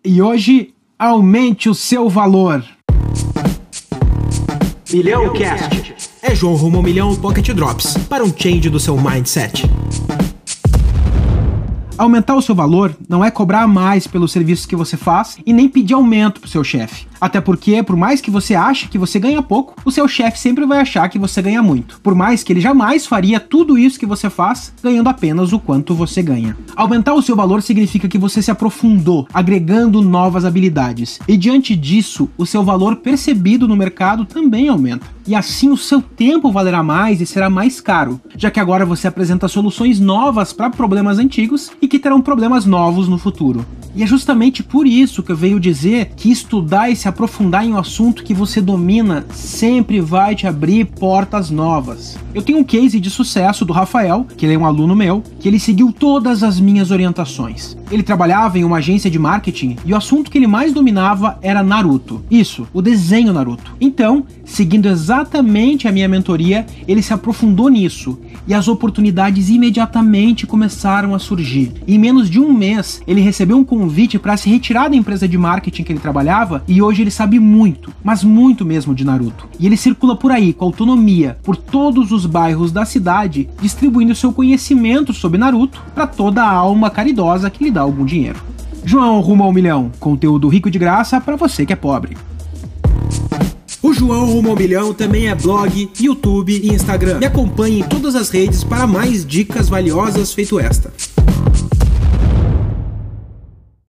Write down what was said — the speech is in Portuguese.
E hoje, aumente o seu valor. Milhão Cast. É João rumo ao milhão Pocket Drops para um change do seu mindset. Aumentar o seu valor não é cobrar mais pelos serviços que você faz e nem pedir aumento pro seu chefe. Até porque, por mais que você ache que você ganha pouco, o seu chefe sempre vai achar que você ganha muito. Por mais que ele jamais faria tudo isso que você faz, ganhando apenas o quanto você ganha. Aumentar o seu valor significa que você se aprofundou, agregando novas habilidades. E diante disso, o seu valor percebido no mercado também aumenta. E assim o seu tempo valerá mais e será mais caro, já que agora você apresenta soluções novas para problemas antigos e que terão problemas novos no futuro. E é justamente por isso que eu venho dizer que estudar e se aprofundar em um assunto que você domina sempre vai te abrir portas novas. Eu tenho um case de sucesso do Rafael, que ele é um aluno meu, que ele seguiu todas as minhas orientações. Ele trabalhava em uma agência de marketing e o assunto que ele mais dominava era Naruto. Isso, o desenho Naruto. Então, seguindo exatamente a minha mentoria, ele se aprofundou nisso e as oportunidades imediatamente começaram a surgir. Em menos de um mês, ele recebeu um convite para se retirar da empresa de marketing que ele trabalhava e hoje ele sabe muito, mas muito mesmo de Naruto. E ele circula por aí com autonomia por todos os bairros da cidade, distribuindo seu conhecimento sobre Naruto para toda a alma caridosa que lhe dá algum dinheiro. João rumo ao milhão, conteúdo rico de graça para você que é pobre. O João rumo ao milhão também é blog, YouTube e Instagram. Me acompanhe em todas as redes para mais dicas valiosas feito esta.